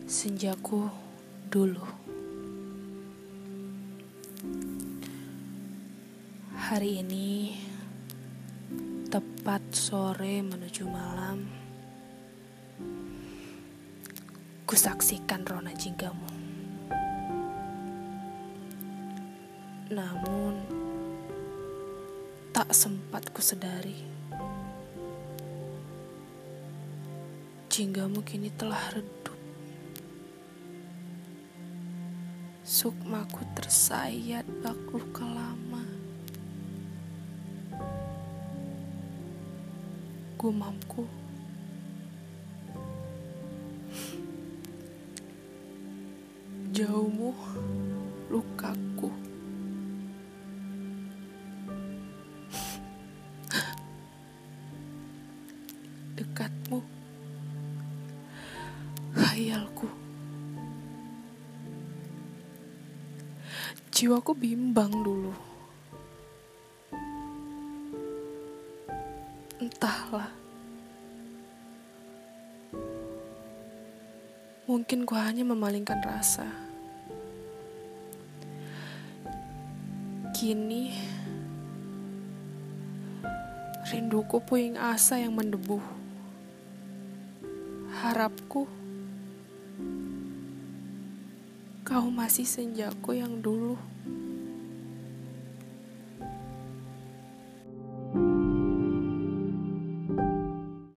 Senjaku dulu. Hari ini tepat sore menuju malam, kusaksikan rona jinggamu. Namun tak sempat kusedari, jinggamu kini telah redup. Sukmaku tersayat bak luka lama. Gumamku, jauhmu lukaku. Dekatmu khayalku. Jiwaku bimbang dulu. Entahlah. Mungkin ku hanya memalingkan rasa. Kini rinduku puing asa yang mendebu. Harapku kau masih senjaku yang dulu.